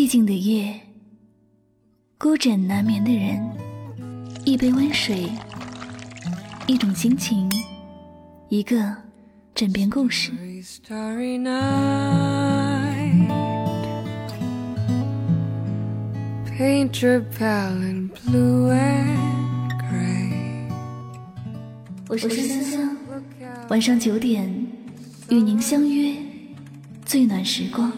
寂静的夜，孤枕难眠的人，一杯温水，一种心情，一个枕边故事。 Paint your palette blue and gray。 我是香香，晚上9点与您相约最暖时光。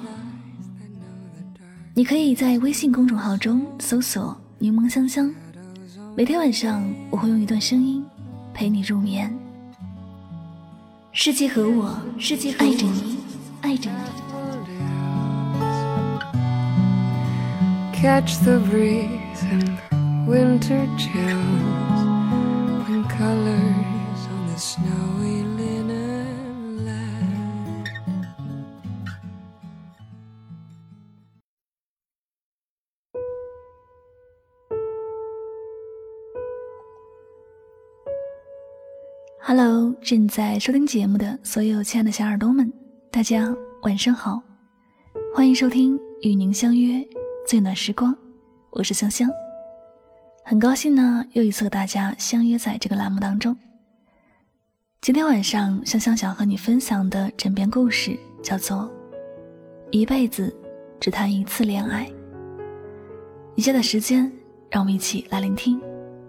你可以在微信公众号中搜索柠檬香香，每天晚上我会用一段声音陪你入眠。世界和我爱着你，爱着你。 Catch the breeze and the winter chills when colors on the snowy linen land. Hello， 正在收听节目的所有亲爱的小耳朵们，大家晚上好，欢迎收听与您相约最暖时光，我是香香，很高兴呢又一次和大家相约在这个栏目当中。今天晚上香香想和你分享的枕边故事叫做一辈子只谈一次恋爱。以下的时间让我们一起来聆听。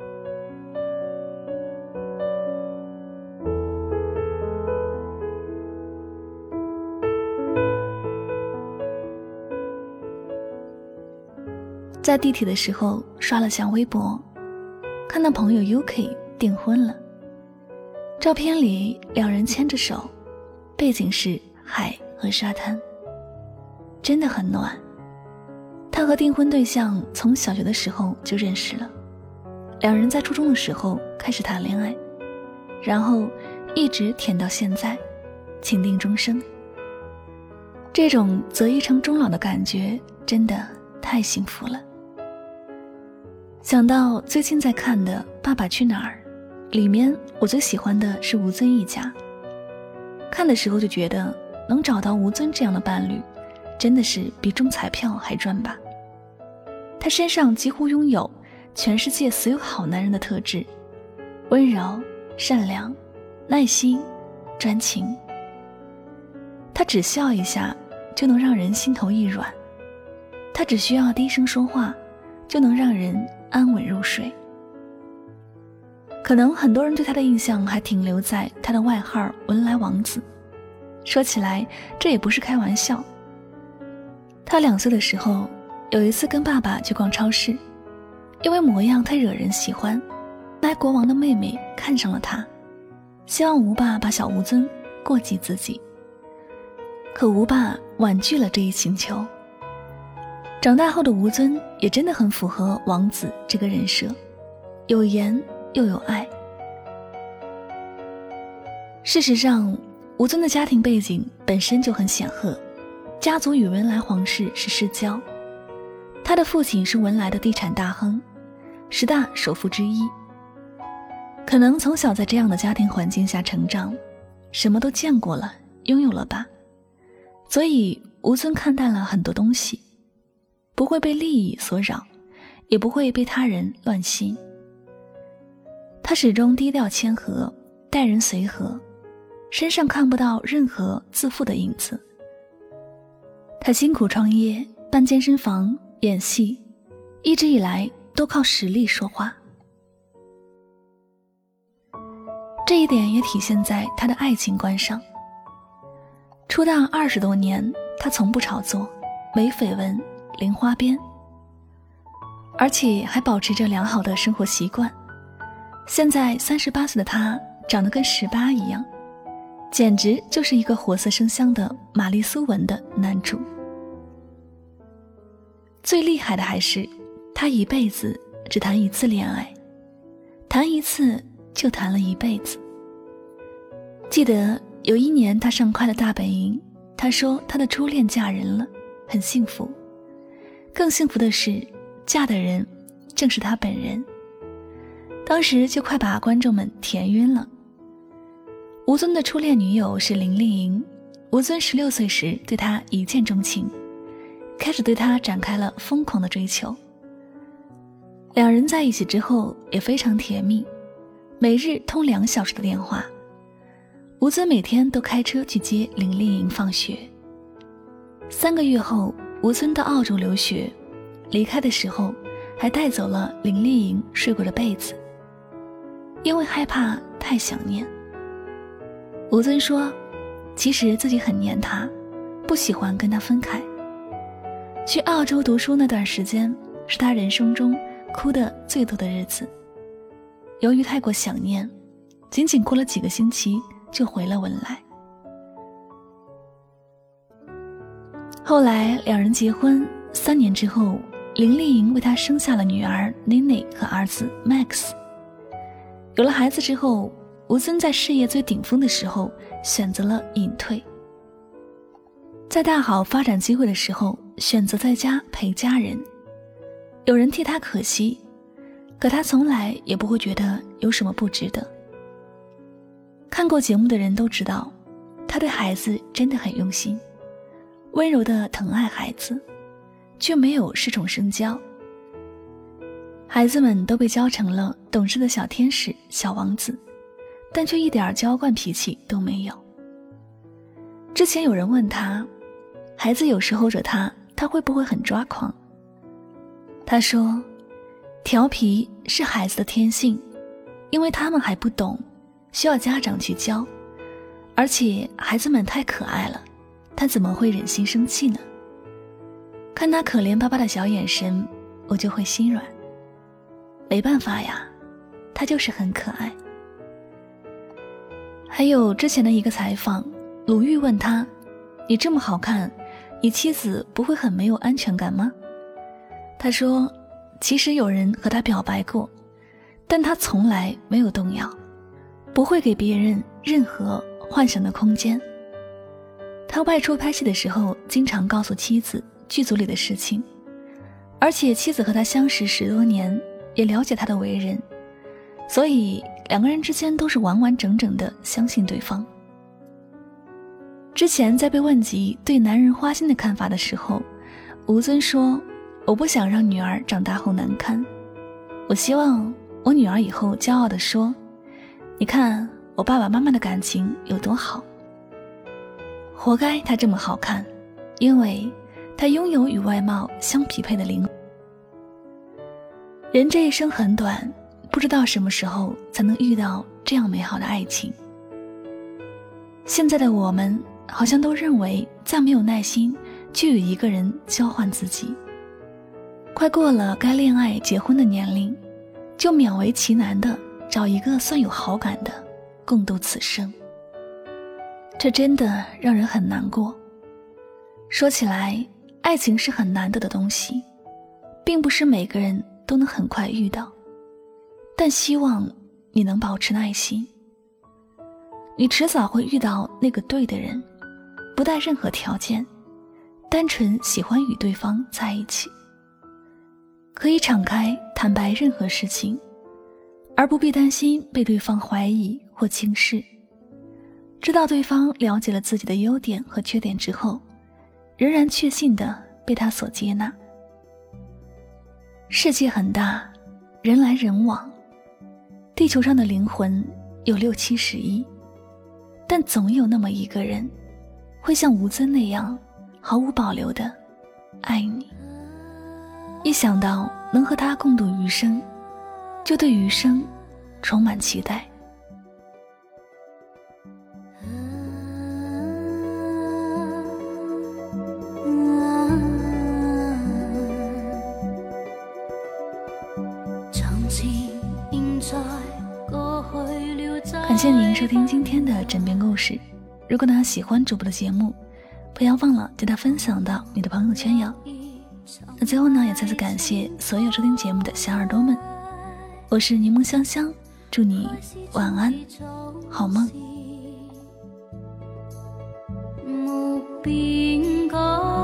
在地铁的时候刷了下微博，看到朋友 UK 订婚了，照片里两人牵着手，背景是海和沙滩，真的很暖。他和订婚对象从小学的时候就认识了，两人在初中的时候开始谈恋爱，然后一直甜到现在，情定终生。这种择一城终老的感觉真的太幸福了。想到最近在看的《爸爸去哪儿》，里面我最喜欢的是吴尊一家。看的时候就觉得能找到吴尊这样的伴侣，真的是比中彩票还赚吧。他身上几乎拥有全世界所有好男人的特质：温柔、善良、耐心、专情。他只笑一下就能让人心头一软，他只需要低声说话就能让人安稳入睡。可能很多人对他的印象还停留在他的外号文莱王子，说起来这也不是开玩笑。他2岁的时候有一次跟爸爸去逛超市，因为模样太惹人喜欢，来国王的妹妹看上了他，希望吴爸把小吴尊过继自己，可吴爸婉拒了这一请求。长大后的吴尊也真的很符合王子这个人设，有颜又有爱。事实上，吴尊的家庭背景本身就很显赫，家族与文莱皇室是世交，他的父亲是文莱的地产大亨，10大首富之一。可能从小在这样的家庭环境下成长，什么都见过了，拥有了吧，所以吴尊看淡了很多东西，不会被利益所扰，也不会被他人乱心。他始终低调谦和，待人随和，身上看不到任何自负的影子。他辛苦创业，办健身房，演戏，一直以来都靠实力说话。这一点也体现在他的爱情观上。出道20多年，他从不炒作，没绯闻，零花边，而且还保持着良好的生活习惯。现在38岁的他长得跟18一样，简直就是一个活色生香的玛丽苏文的男主。最厉害的还是他一辈子只谈一次恋爱，谈一次就谈了一辈子。记得有一年他上快乐大本营，他说他的初恋嫁人了，很幸福。更幸福的是，嫁的人正是他本人。当时就快把观众们甜晕了。吴尊的初恋女友是林丽莹，吴尊16岁时对她一见钟情， 开始对他展开了疯狂的追求。两人在一起之后也非常甜蜜，每日通2小时的电话。吴尊每天都开车去接林丽莹放学。3个月后，吴尊到澳洲留学，离开的时候还带走了林丽莹睡过的被子，因为害怕太想念。吴尊说，其实自己很黏她，不喜欢跟她分开。去澳洲读书那段时间是他人生中哭得最多的日子。由于太过想念，仅仅过了几个星期就回了文来。后来两人结婚3年之后，林丽莹为他生下了女儿 Nini 和儿子 Max。 有了孩子之后，吴尊在事业最顶峰的时候选择了隐退，在大好发展机会的时候选择在家陪家人。有人替他可惜，可他从来也不会觉得有什么不值得。看过节目的人都知道，他对孩子真的很用心，温柔地疼爱孩子，却没有恃宠生骄。孩子们都被教成了懂事的小天使、小王子，但却一点娇惯脾气都没有。之前有人问他，孩子有时候惹他会不会很抓狂？他说，调皮是孩子的天性，因为他们还不懂，需要家长去教，而且孩子们太可爱了，他怎么会忍心生气呢？看他可怜巴巴的小眼神，我就会心软。没办法呀，他就是很可爱。还有之前的一个采访，鲁豫问他，你这么好看，你妻子不会很没有安全感吗？他说，其实有人和他表白过，但他从来没有动摇，不会给别人任何幻想的空间。他外出拍戏的时候经常告诉妻子剧组里的事情，而且妻子和他相识10多年，也了解他的为人，所以2个人之间都是完完整整的相信对方。之前在被问及对男人花心的看法的时候，吴尊说，我不想让女儿长大后难堪，我希望我女儿以后骄傲地说，你看我爸爸妈妈的感情有多好。活该她这么好看，因为她拥有与外貌相匹配的灵魂。人这一生很短，不知道什么时候才能遇到这样美好的爱情。现在的我们好像都认为再没有耐心去与一个人交换自己，快过了该恋爱结婚的年龄，就勉为其难的找一个算有好感的共度此生。这真的让人很难过。说起来，爱情是很难得的东西，并不是每个人都能很快遇到，但希望你能保持耐心，你迟早会遇到那个对的人，不带任何条件，单纯喜欢与对方在一起，可以敞开坦白任何事情，而不必担心被对方怀疑或轻视。知道对方了解了自己的优点和缺点之后，仍然确信地被他所接纳。世界很大，人来人往，地球上的灵魂有60-70亿，但总有那么一个人会像吴尊那样毫无保留地爱你。一想到能和他共度余生，就对余生充满期待。感谢您收听今天的枕边故事。如果呢喜欢主播的节目，不要忘了将它分享到你的朋友圈哟。那最后呢，也再次感谢所有收听节目的小耳朵们，我是柠檬香香，祝你晚安好梦。 無邊改，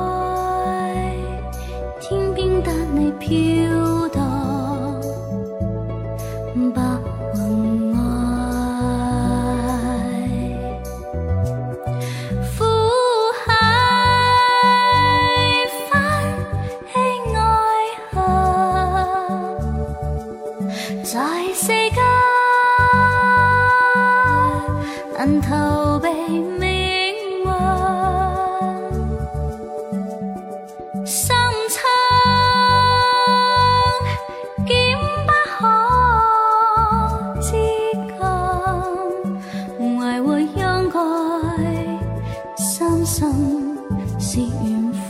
天邊得你飄蕩，白雲外，苦海翻逃避命运，心窗剑不可接近，怀和相爱，三生是缘分。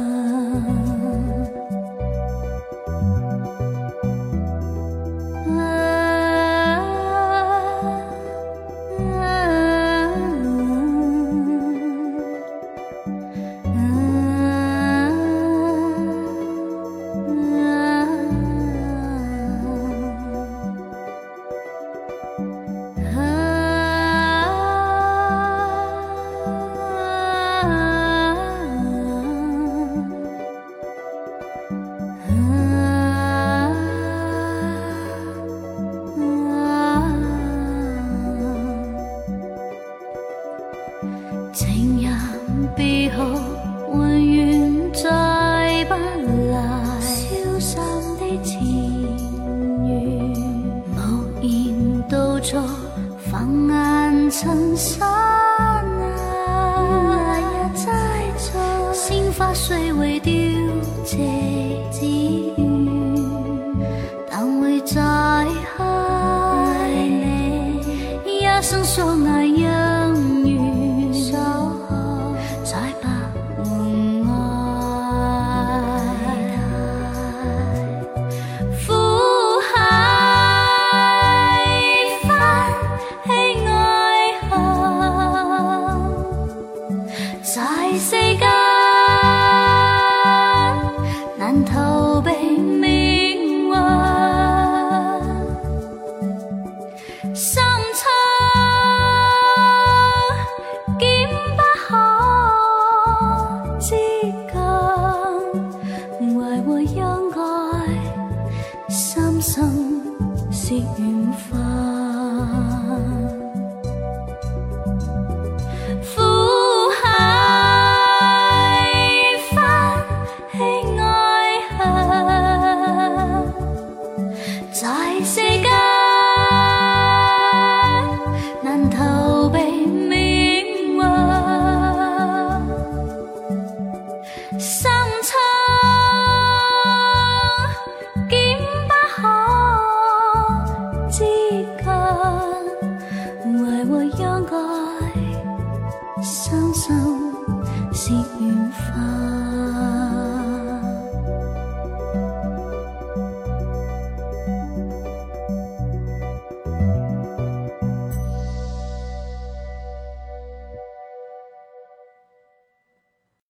情人别后，永远再不来，消散的前缘，无言到座，放眼尘山啊，也在做，鲜花虽会凋谢之缘，但会再爱你，一生相爱因缘。在世间难逃避命运，心窗剑不可接近，怀和相爱，三生是缘分。在世间难逃避命运，心窗剑不可接近，怀和相爱，三生是缘分。